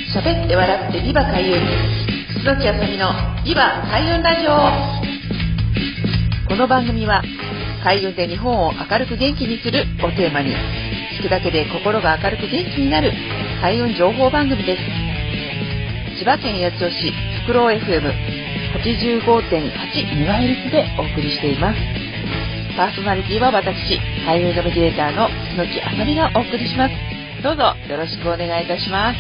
喋って笑ってビバ開運、楠木あさみのビバ開運ラジオ。この番組は開運で日本を明るく元気にするをテーマに、聞くだけで心が明るく元気になる開運情報番組です。千葉県八千代市フクロウ FM85.8 メガヘルツでお送りしています。パーソナリティは私、開運ナビゲーターの楠木あさみがお送りします。どうぞよろしくお願いいたします。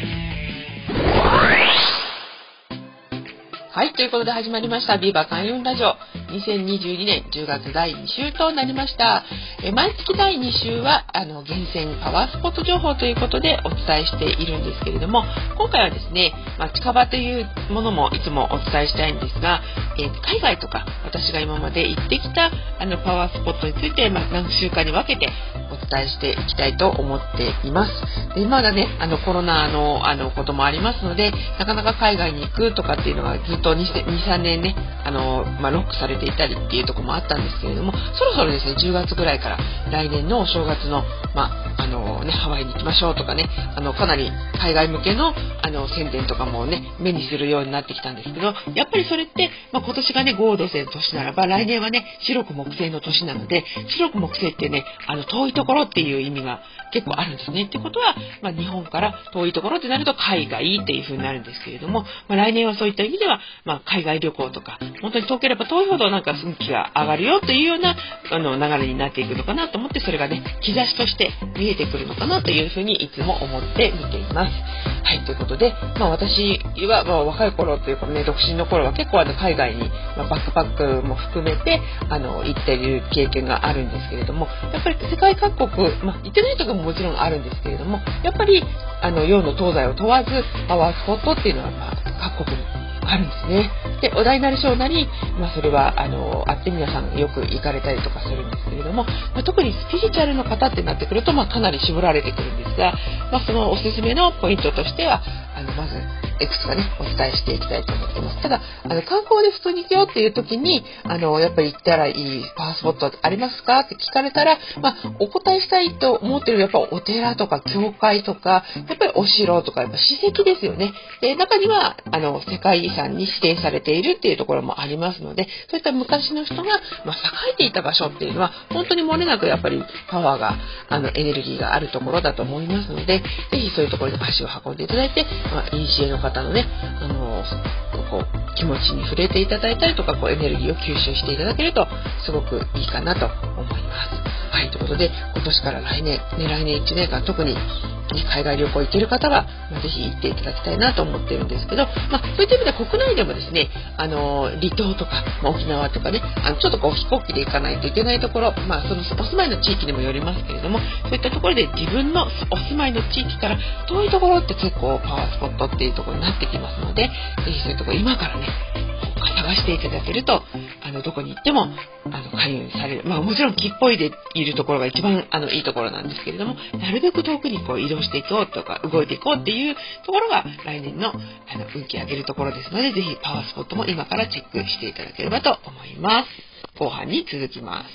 はい、ということで始まりましたビバ開運ラジオ。2022年10月第2週となりました。毎月第2週は厳選パワースポット情報ということでお伝えしているんですけれども、今回はですね、近場というものもいつもお伝えしたいんですが、海外とか私が今まで行ってきたパワースポットについて、何週間に分けてお伝えしていきたいと思っています。で、まだね、コロナのこともありますので、なかなか海外に行くとかっていうのがずっと 2,3 年ね、ロックされていたりっていうところもあったんですけれども、そろそろですね、10月ぐらいから来年のお正月の、ハワイに行きましょうとかね、かなり海外向けの宣伝とかもね、目にするようになってきたんですけど、やっぱりそれって、今年がね、合土星の年ならば、来年はね、白く木星の年なので、白く木星ってね、遠いところっていう意味が結構あるんですね。ってことは、日本から遠いところってなると海外っていう風になるんですけれども、来年はそういった意味では、海外旅行とか、本当に遠ければ遠いほどなんか運気が上がるよというような流れになっていくのかなと思って、それがね、兆しとして見えてくるのかなという風にいつも思って見ています。はい、ということで、私は、若い頃というかね、独身の頃は結構海外に、バックパックも含めて行っている経験があるんですけれども、やっぱり世界各国、行ってないところももちろんあるんですけれども、やっぱり洋の東西を問わずパワースポットっていうのは各国にあるんですね。で、お大なり小なり、それはあって皆さんよく行かれたりとかするんですけれども、特にスピリチュアルの方ってなってくると、かなり絞られてくるんですが、そのおすすめのポイントとしてはまずいくつかねお伝えしていきたいと思っています。ただ観光で普通に行くよっていう時にやっぱり行ったらいいパワースポットありますかって聞かれたら、お答えしたいと思ってるやっぱお寺とか教会とか、やっぱりお城とか、やっぱ史跡ですよね。で、中には世界遺産に指定されているっていうところもありますので、そういった昔の人が、栄えていた場所っていうのは本当に漏れなくやっぱりパワーがエネルギーがあるところだと思いますので、ぜひそういうところに足を運んでいただいて、ECA の方のね、気持ちに触れていただいたりとか、エネルギーを吸収していただけるとすごくいいかなと思います。はい、ということで、今年から来年1年間、特に海外旅行行ける方は、ぜひ行っていただきたいなと思ってるんですけど、そういった意味では国内でもですね、離島とか、沖縄とかね、ちょっと飛行機で行かないといけないところ、そのお住まいの地域にもよりますけれども、そういったところで自分のお住まいの地域から遠いところって結構パワースポットっていうところになってきますので、ぜひそういうところ今からね、探していただけると、どこに行っても開運される。もちろん木っぽいでいるところが一番いいところなんですけれども、なるべく遠くに移動していこうとか動いていこうっていうところが来年の運気上げるところですので、ぜひパワースポットも今からチェックしていただければと思います。後半に続きます。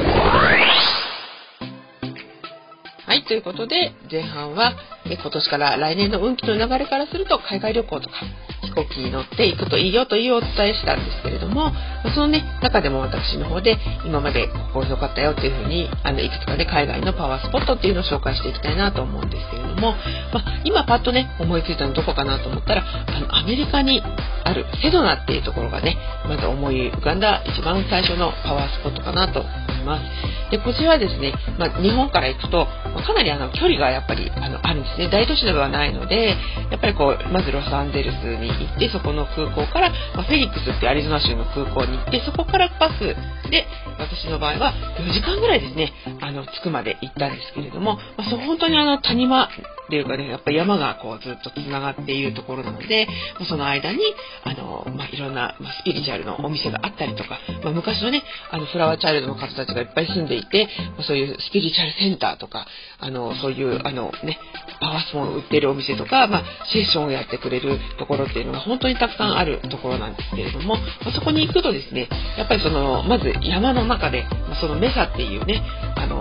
はい、ということで前半は今年から来年の運気の流れからすると、海外旅行とか飛行機に乗っていくといいよというお伝えしたんですけれども、そのね中でも私の方で今まで心強かったよっていうふうにいくつかね海外のパワースポットっていうのを紹介していきたいなと思うんですけれども、今パッとね思いついたのどこかなと思ったら、アメリカにあるセドナっていうところがね、まず思い浮かんだ一番最初のパワースポットかなと思います。で、こちらはですね、日本から行くとかなり距離がやっぱりあるんですね。大都市ではないので、やっぱりまずロサンゼルスに行って、そこの空港から、フェニックスっていうアリゾナ州の空港に行って、そこからバスで、私の場合は4時間ぐらいですね、着くまで行ったんですけれども、本当に谷間っていうかね、やっぱり山がずっとつながっているところなので、その間にいろんな、スピリチュアルのお店があったりとか、昔のねフラワーチャイルドの方たちがいっぱい住んでいて、そういうスピリチュアルセンターとか、そういうパワースポンを売ってるお店とか、セッションをやってくれるところっていうのが本当にたくさんあるところなんですけれども、そこに行くとですね、やっぱりまず山の中で、そのメサっていうね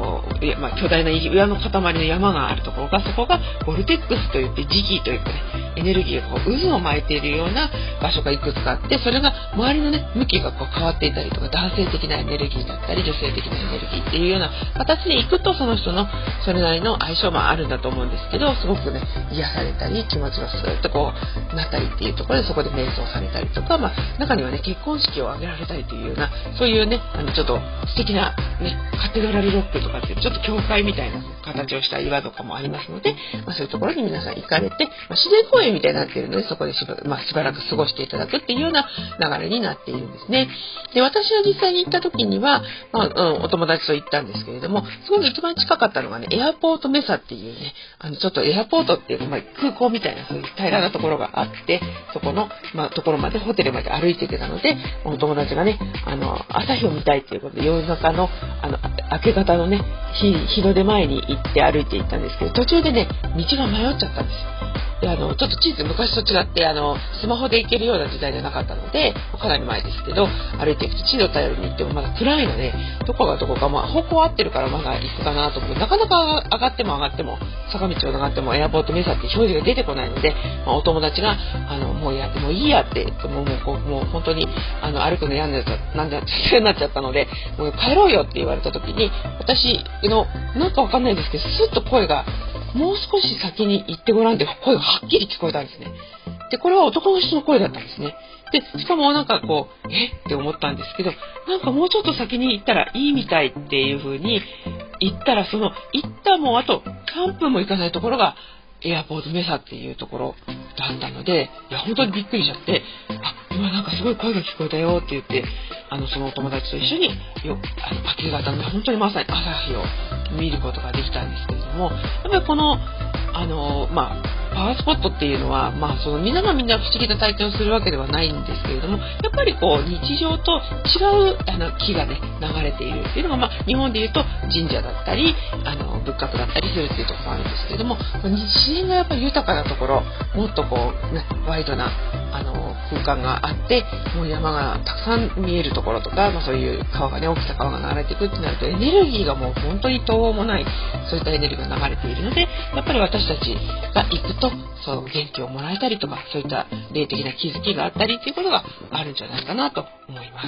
巨大な岩の塊の山があるところが、そこがボルテックスといって磁気というかね、エネルギーが渦を巻いているような場所がいくつかあって、それが周りのね向きが変わっていたりとか、男性的なエネルギーだったり女性的なエネルギーっていうような形でいくと、その人のそれなりの相性もあるんだと思うんですけど、すごくね癒されたり気持ちがスーッとなったりっていうところで、そこで瞑想されたりとか、中にはね結婚式を挙げられたりというような、そういうねちょっと素敵なねカテドラルロックとかっていうちょっと教会みたいな形をした岩とかもありますので、そういうところに皆さん行かれて、自然公園みたいになっているので、そこでしばらく過ごしていただくっていうような流れになっているんですね。で、私が実際に行った時には、お友達と行ったんですけれども、すごく一番近かったのがね、エアポートメサっていうね、ちょっとエアポートっていう、空港みたいなそういう平らなところがあって、そこの、ところまで、ホテルまで歩いていけたので、お友達がね、朝日を見たいっていうことで、夜中の、明け方のね、日の出前に行って歩いて行ったんですけど、途中でね、道が迷っちゃったんですよ。で、ちょっと地図昔と違って、スマホで行けるような時代じゃなかったので、かなり前ですけど、歩いていくと地図を頼りに行ってもまだ暗いので、どこがどこか、方向合ってるからまだ行くかなと思って、なかなか上がっても坂道を上がってもエアポートメサって表示が出てこないので、お友達が、もういいやって、もう本当に、歩くの嫌になっちゃったので、もう帰ろうよって言われた時に、私の、なんかわかんないんですけど、スッと声が、もう少し先に行ってごらんって声がはっきり聞こえたんですね。で、これは男の人の声だったんですね。で、しかもなんかって思ったんですけど、なんかもうちょっと先に行ったらいいみたいっていう風に言ったら、行ったもうあと3分も行かないところがエアポートメサっていうところだったので、いや本当にびっくりしちゃって、今なんかすごい声が聞こえたよって言って、そのお友達と一緒に明け方の本当にまさに朝日を見ることができたんですけれども、やっぱりこのパワースポットっていうのは、みんながみんな不思議な体験をするわけではないんですけれども、やっぱり日常と違う気がね流れているっていうのが、日本でいうと神社だったり仏閣だったりするっていうところがあるんですけれども、自然がやっぱり豊かなところ、もっとワイドな空間があって、もう山がたくさん見えるところとか、そういう川がね、大きな川が流れていくってなると、エネルギーがもう本当に途方もない、そういったエネルギーが流れているので、やっぱり私たちが行くと元気をもらえたりとか、そういった霊的な気づきがあったりっていうことがあるんじゃないかなと思います。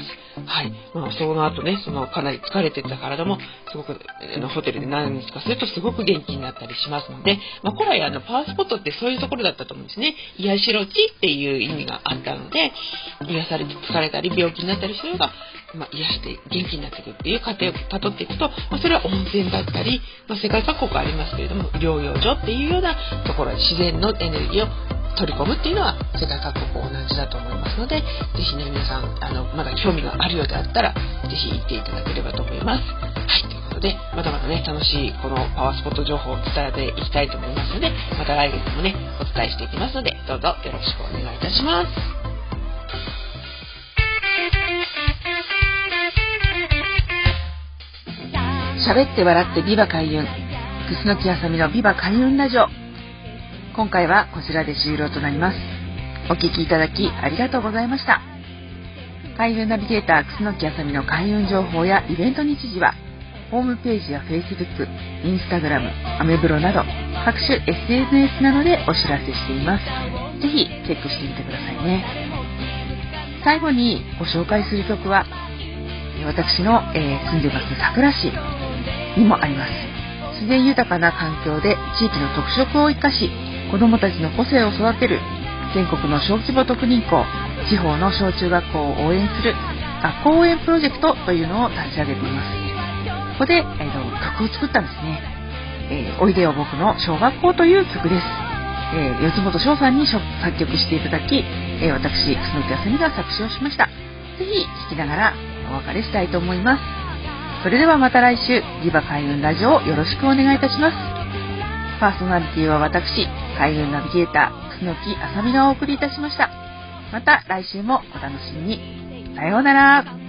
はい。その後ね、かなり疲れてた体もすごくホテルで何日かするとすごく元気になったりしますので、古来パワースポットってそういうところだったと思うんですね。癒しろ地っていう意味があったので、癒されて疲れたり病気になったりするのが、癒して元気になっていくっていう過程をたどっていくと、それは温泉だったり、世界各国ありますけれども、療養所っていうようなところで自然のエネルギーを取り込むっていうのは世界各国同じだと思いますので、ぜひね皆さんまだ興味があるようであったら、ぜひ行っていただければと思います。はい、ということでまだまだね楽しいこのパワースポット情報を伝えていきたいと思いますので、また来月もねお伝えしていきますので、どうぞよろしくお願いいたします。喋って笑ってビバ開運、楠木あさみのビバ開運ラジオ。今回はこちらで終了となります。お聞きいただきありがとうございました。開運ナビゲーター楠木あさみの開運情報やイベント日時はホームページや Facebook、Instagram、アメブロなど各種 SNS などでお知らせしています。ぜひチェックしてみてくださいね。最後にご紹介する曲は私の、住んでます桜市にもあります。自然豊かな環境で地域の特色を生かし、子どもたちの個性を育てる全国の小規模特認校、地方の小中学校を応援する学校応援プロジェクトというのを立ち上げています。ここで、曲を作ったんですね。おいでよ僕の小学校という曲です。四本翔さんに作曲していただき、私楠木あさみが作詞をしました。ぜひ聴きながらお別れしたいと思います。それではまた来週、ビバ開運ラジオをよろしくお願いいたします。パーソナリティは私、開運ナビゲーター楠木あさみがお送りいたしました。また来週もお楽しみに。さようなら。